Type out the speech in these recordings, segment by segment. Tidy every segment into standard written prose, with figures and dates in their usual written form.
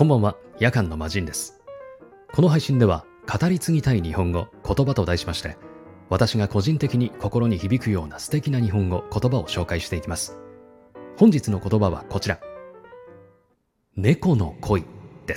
こんばんは、夜間の魔人です。この配信では、語り継ぎたい日本語、言葉と題しまして、私が個人的に心に響くような素敵な日本語、言葉を紹介していきます。本日の言葉はこちら。猫の恋です。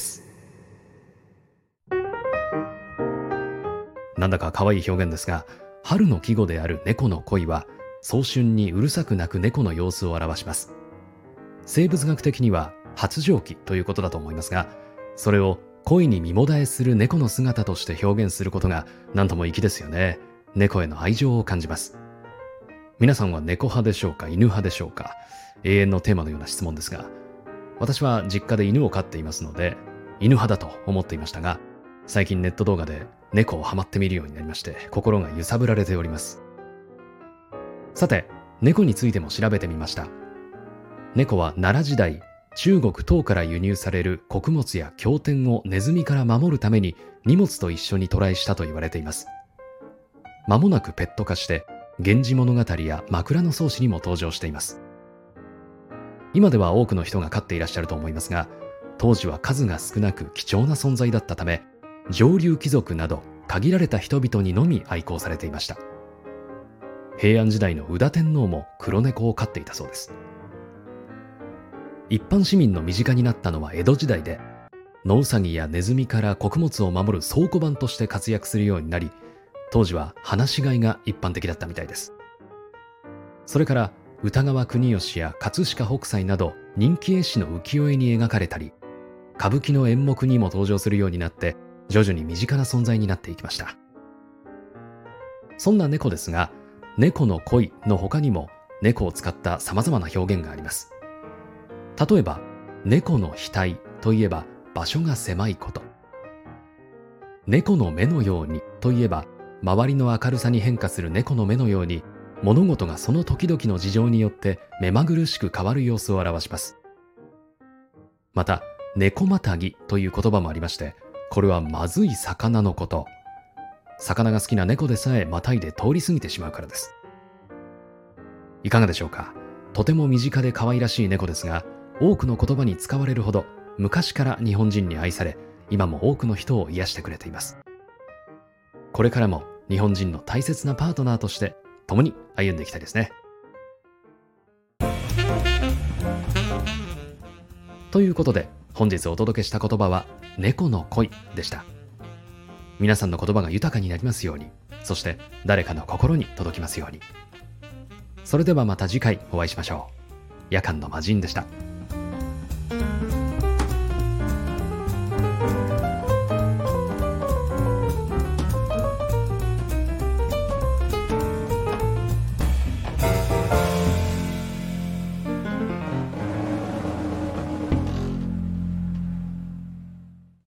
なんだか可愛い表現ですが、春の季語である猫の恋は、早春にうるさく鳴く猫の様子を表します。生物学的には発情期ということだと思いますが、それを恋に身もだえする猫の姿として表現することが何とも粋ですよね。猫への愛情を感じます。皆さんは猫派でしょうか、犬派でしょうか。永遠のテーマのような質問ですが、私は実家で犬を飼っていますので、犬派だと思っていましたが、最近ネット動画で猫をハマってみるようになりまして、心が揺さぶられております。さて、猫についても調べてみました。猫は奈良時代、中国唐から輸入される穀物や経典をネズミから守るために荷物と一緒に渡来したと言われています。間もなくペット化して、源氏物語や枕草子にも登場しています。今では多くの人が飼っていらっしゃると思いますが、当時は数が少なく貴重な存在だったため、上流貴族など限られた人々にのみ愛好されていました。平安時代の宇多天皇も黒猫を飼っていたそうです。一般市民の身近になったのは江戸時代で、野うさぎやネズミから穀物を守る倉庫番として活躍するようになり、当時は放し飼いが一般的だったみたいです。それから歌川国芳や葛飾北斎など人気絵師の浮世絵に描かれたり、歌舞伎の演目にも登場するようになって、徐々に身近な存在になっていきました。そんな猫ですが、猫の恋の他にも猫を使った様々な表現があります。例えば、猫の額といえば場所が狭いこと。猫の目のようにといえば、周りの明るさに変化する猫の目のように、物事がその時々の事情によって目まぐるしく変わる様子を表します。また、猫またぎという言葉もありまして、これはまずい魚のこと。魚が好きな猫でさえまたいで通り過ぎてしまうからです。いかがでしょうか。とても身近で可愛らしい猫ですが、多くの言葉に使われるほど昔から日本人に愛され、今も多くの人を癒してくれています。これからも日本人の大切なパートナーとして共に歩んでいきたいですね。ということで、本日お届けした言葉は猫の恋でした。皆さんの言葉が豊かになりますように、そして誰かの心に届きますように。それではまた次回お会いしましょう。夜間の魔人でした。